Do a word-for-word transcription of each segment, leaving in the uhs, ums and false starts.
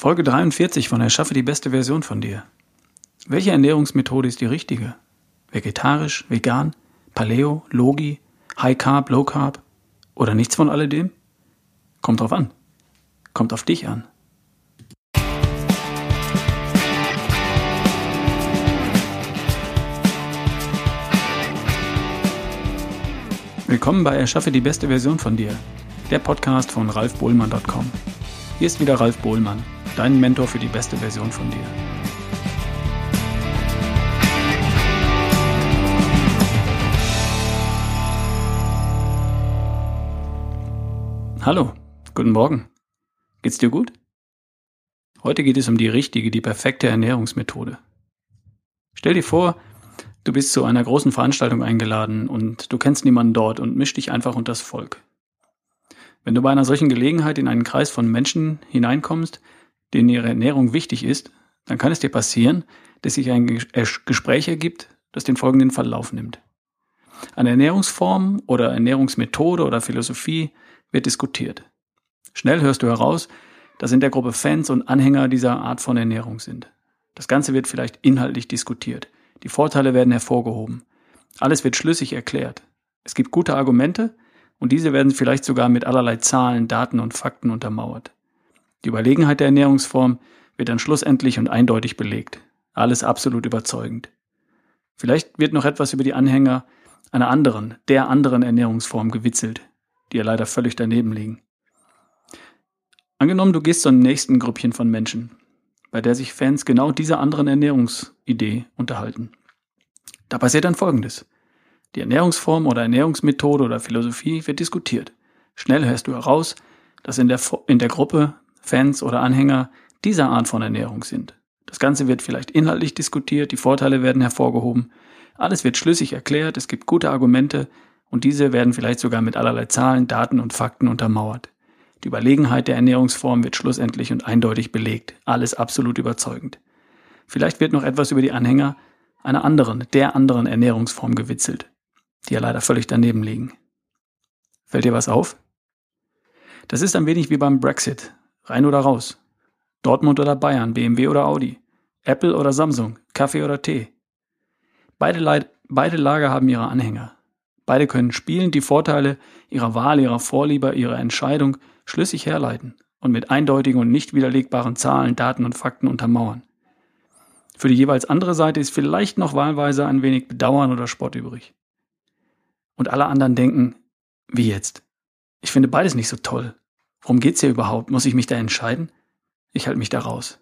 Folge dreiundvierzig von Erschaffe die beste Version von dir. Welche Ernährungsmethode ist die richtige? Vegetarisch, vegan, Paleo, Logi, High Carb, Low Carb oder nichts von alledem? Kommt drauf an. Kommt auf dich an. Willkommen bei Erschaffe die beste Version von dir, der Podcast von ralf bohlmann punkt com. Hier ist wieder Ralf Bohlmann, dein Mentor für die beste Version von dir. Hallo, guten Morgen. Geht's dir gut? Heute geht es um die richtige, die perfekte Ernährungsmethode. Stell dir vor, du bist zu einer großen Veranstaltung eingeladen und du kennst niemanden dort und misch dich einfach unters Volk. Wenn du bei einer solchen Gelegenheit in einen Kreis von Menschen hineinkommst, denen ihre Ernährung wichtig ist, dann kann es dir passieren, dass sich ein Gespräch ergibt, das den folgenden Verlauf nimmt. Eine Ernährungsform oder Ernährungsmethode oder Philosophie wird diskutiert. Schnell hörst du heraus, dass in der Gruppe Fans und Anhänger dieser Art von Ernährung sind. Das Ganze wird vielleicht inhaltlich diskutiert. Die Vorteile werden hervorgehoben. Alles wird schlüssig erklärt. Es gibt gute Argumente und diese werden vielleicht sogar mit allerlei Zahlen, Daten und Fakten untermauert. Die Überlegenheit der Ernährungsform wird dann schlussendlich und eindeutig belegt. Alles absolut überzeugend. Vielleicht wird noch etwas über die Anhänger einer anderen, der anderen Ernährungsform gewitzelt, die ja leider völlig daneben liegen. Angenommen, du gehst zu einem nächsten Grüppchen von Menschen, bei der sich Fans genau dieser anderen Ernährungsidee unterhalten. Da passiert dann Folgendes. Die Ernährungsform oder Ernährungsmethode oder Philosophie wird diskutiert. Schnell hörst du heraus, dass in der, in der Gruppe Fans oder Anhänger dieser Art von Ernährung sind. Das Ganze wird vielleicht inhaltlich diskutiert, die Vorteile werden hervorgehoben, alles wird schlüssig erklärt, es gibt gute Argumente und diese werden vielleicht sogar mit allerlei Zahlen, Daten und Fakten untermauert. Die Überlegenheit der Ernährungsform wird schlussendlich und eindeutig belegt, alles absolut überzeugend. Vielleicht wird noch etwas über die Anhänger einer anderen, der anderen Ernährungsform gewitzelt, die ja leider völlig daneben liegen. Fällt dir was auf? Das ist ein wenig wie beim Brexit, rein oder raus. Dortmund oder Bayern, B M W oder Audi, Apple oder Samsung, Kaffee oder Tee. Beide, Leid, beide Lager haben ihre Anhänger. Beide können spielend die Vorteile ihrer Wahl, ihrer Vorliebe, ihrer Entscheidung schlüssig herleiten und mit eindeutigen und nicht widerlegbaren Zahlen, Daten und Fakten untermauern. Für die jeweils andere Seite ist vielleicht noch wahlweise ein wenig Bedauern oder Spott übrig. Und alle anderen denken, wie jetzt? Ich finde beides nicht so toll. Worum geht's hier überhaupt? Muss ich mich da entscheiden? Ich halte mich da raus.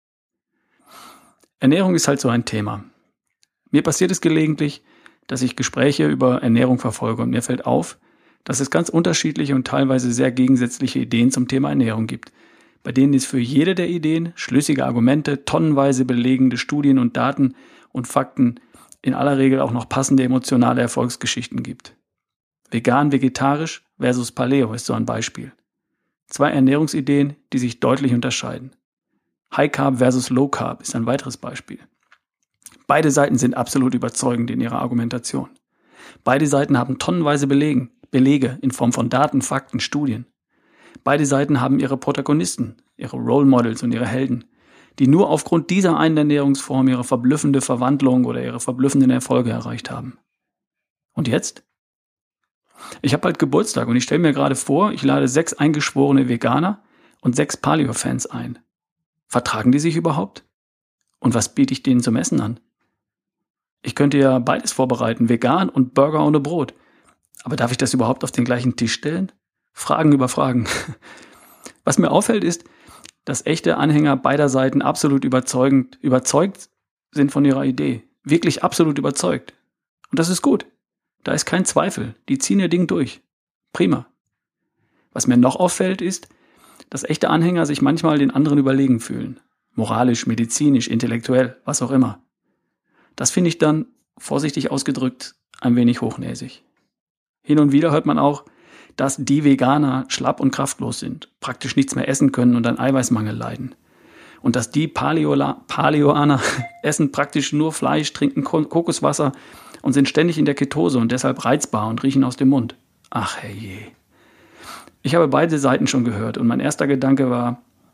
Ernährung ist halt so ein Thema. Mir passiert es gelegentlich, dass ich Gespräche über Ernährung verfolge und mir fällt auf, dass es ganz unterschiedliche und teilweise sehr gegensätzliche Ideen zum Thema Ernährung gibt, bei denen es für jede der Ideen schlüssige Argumente, tonnenweise belegende Studien und Daten und Fakten, in aller Regel auch noch passende emotionale Erfolgsgeschichten gibt. Vegan, vegetarisch versus Paleo ist so ein Beispiel. Zwei Ernährungsideen, die sich deutlich unterscheiden. High Carb versus Low Carb ist ein weiteres Beispiel. Beide Seiten sind absolut überzeugend in ihrer Argumentation. Beide Seiten haben tonnenweise Belegen, Belege in Form von Daten, Fakten, Studien. Beide Seiten haben ihre Protagonisten, ihre Role Models und ihre Helden, die nur aufgrund dieser einen Ernährungsform ihre verblüffende Verwandlung oder ihre verblüffenden Erfolge erreicht haben. Und jetzt? Ich habe bald Geburtstag und ich stelle mir gerade vor, ich lade sechs eingeschworene Veganer und sechs Paleo-Fans ein. Vertragen die sich überhaupt? Und was biete ich denen zum Essen an? Ich könnte ja beides vorbereiten, vegan und Burger ohne Brot. Aber darf ich das überhaupt auf den gleichen Tisch stellen? Fragen über Fragen. Was mir auffällt ist, dass echte Anhänger beider Seiten absolut überzeugend, überzeugt sind von ihrer Idee. Wirklich absolut überzeugt. Und das ist gut. Da ist kein Zweifel. Die ziehen ihr Ding durch. Prima. Was mir noch auffällt ist, dass echte Anhänger sich manchmal den anderen überlegen fühlen. Moralisch, medizinisch, intellektuell, was auch immer. Das finde ich dann, vorsichtig ausgedrückt, ein wenig hochnäsig. Hin und wieder hört man auch, dass die Veganer schlapp und kraftlos sind, praktisch nichts mehr essen können und an Eiweißmangel leiden. Und dass die Paleola- Paleoaner essen praktisch nur Fleisch, trinken Kokoswasser und sind ständig in der Ketose und deshalb reizbar und riechen aus dem Mund. Ach herrje. Ich habe beide Seiten schon gehört und mein erster Gedanke war,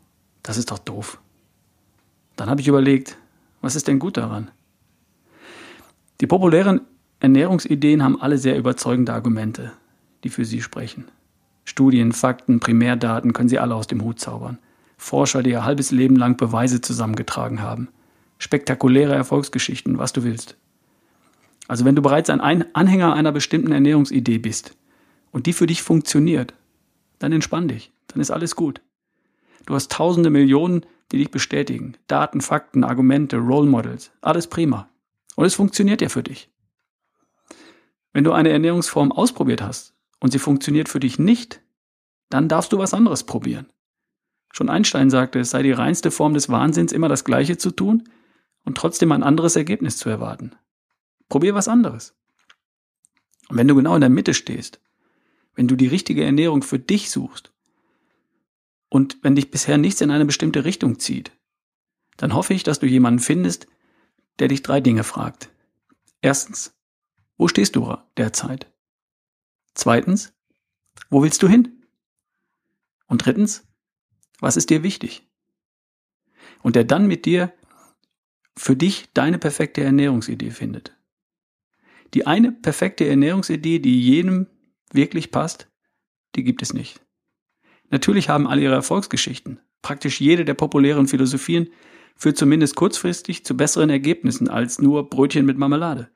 Das ist doch doof. Dann habe ich überlegt, was ist denn gut daran? Die populären Ernährungsideen haben alle sehr überzeugende Argumente, die für sie sprechen. Studien, Fakten, Primärdaten können sie alle aus dem Hut zaubern. Forscher, die ihr halbes Leben lang Beweise zusammengetragen haben. Spektakuläre Erfolgsgeschichten, was du willst. Also wenn du bereits ein Anhänger einer bestimmten Ernährungsidee bist und die für dich funktioniert, dann entspann dich, dann ist alles gut. Du hast tausende Millionen, die dich bestätigen. Daten, Fakten, Argumente, Role Models, alles prima. Und es funktioniert ja für dich. Wenn du eine Ernährungsform ausprobiert hast und sie funktioniert für dich nicht, dann darfst du was anderes probieren. Schon Einstein sagte, es sei die reinste Form des Wahnsinns, immer das Gleiche zu tun und trotzdem ein anderes Ergebnis zu erwarten. Probier was anderes. Und wenn du genau in der Mitte stehst, wenn du die richtige Ernährung für dich suchst und wenn dich bisher nichts in eine bestimmte Richtung zieht, dann hoffe ich, dass du jemanden findest, der dich drei Dinge fragt. Erstens, wo stehst du derzeit? Zweitens, wo willst du hin? Und drittens, was ist dir wichtig? Und der dann mit dir für dich deine perfekte Ernährungsidee findet. Die eine perfekte Ernährungsidee, die jedem wirklich passt, die gibt es nicht. Natürlich haben alle ihre Erfolgsgeschichten. Praktisch jede der populären Philosophien führt zumindest kurzfristig zu besseren Ergebnissen als nur Brötchen mit Marmelade.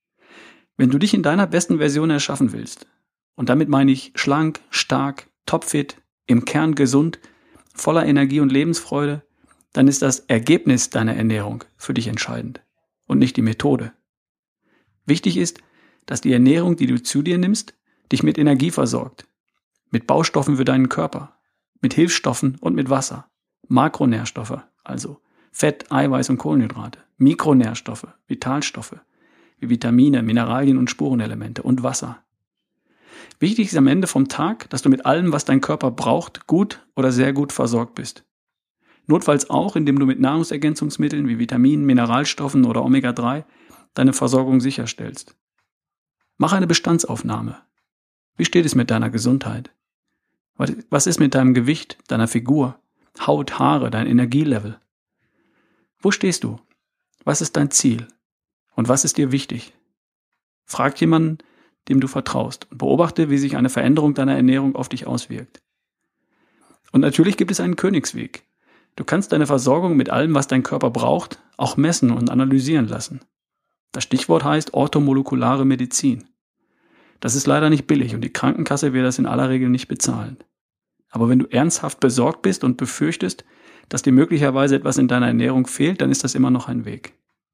Wenn du dich in deiner besten Version erschaffen willst, und damit meine ich schlank, stark, topfit, im Kern gesund, voller Energie und Lebensfreude, dann ist das Ergebnis deiner Ernährung für dich entscheidend und nicht die Methode. Wichtig ist, dass die Ernährung, die du zu dir nimmst, dich mit Energie versorgt, mit Baustoffen für deinen Körper, mit Hilfsstoffen und mit Wasser, Makronährstoffe, also Fett, Eiweiß und Kohlenhydrate, Mikronährstoffe, Vitalstoffe, wie Vitamine, Mineralien und Spurenelemente und Wasser. Wichtig ist am Ende vom Tag, dass du mit allem, was dein Körper braucht, gut oder sehr gut versorgt bist. Notfalls auch, indem du mit Nahrungsergänzungsmitteln wie Vitaminen, Mineralstoffen oder Omega drei deine Versorgung sicherstellst. Mach eine Bestandsaufnahme. Wie steht es mit deiner Gesundheit? Was ist mit deinem Gewicht, deiner Figur, Haut, Haare, dein Energielevel? Wo stehst du? Was ist dein Ziel? Und was ist dir wichtig? Frag jemanden, dem du vertraust und beobachte, wie sich eine Veränderung deiner Ernährung auf dich auswirkt. Und natürlich gibt es einen Königsweg. Du kannst deine Versorgung mit allem, was dein Körper braucht, auch messen und analysieren lassen. Das Stichwort heißt orthomolekulare Medizin. Das ist leider nicht billig und die Krankenkasse wird das in aller Regel nicht bezahlen. Aber wenn du ernsthaft besorgt bist und befürchtest, dass dir möglicherweise etwas in deiner Ernährung fehlt, dann ist das immer noch ein Weg.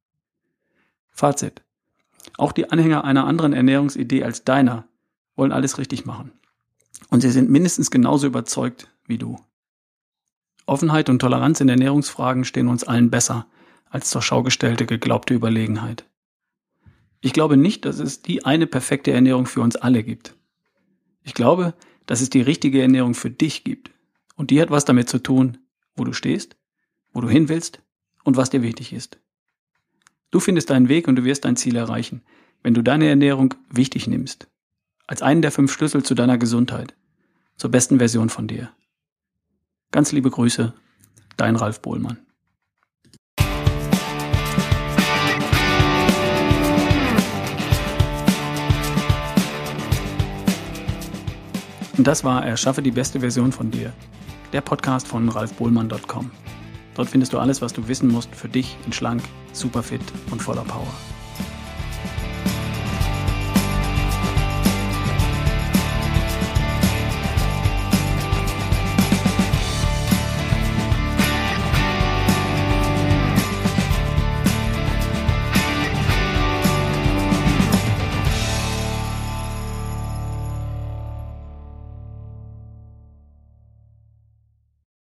Fazit. Auch die Anhänger einer anderen Ernährungsidee als deiner wollen alles richtig machen. Und sie sind mindestens genauso überzeugt wie du. Offenheit und Toleranz in Ernährungsfragen stehen uns allen besser als zur Schau gestellte geglaubte Überlegenheit. Ich glaube nicht, dass es die eine perfekte Ernährung für uns alle gibt. Ich glaube, dass es die richtige Ernährung für dich gibt. Und die hat was damit zu tun, wo du stehst, wo du hin willst und was dir wichtig ist. Du findest deinen Weg und du wirst dein Ziel erreichen, wenn du deine Ernährung wichtig nimmst. Als einen der fünf Schlüssel zu deiner Gesundheit, zur besten Version von dir. Ganz liebe Grüße, dein Ralf Bohlmann. Und das war Erschaffe die beste Version von dir, der Podcast von ralf bohlmann punkt com. Dort findest du alles, was du wissen musst für dich in schlank, superfit und voller Power.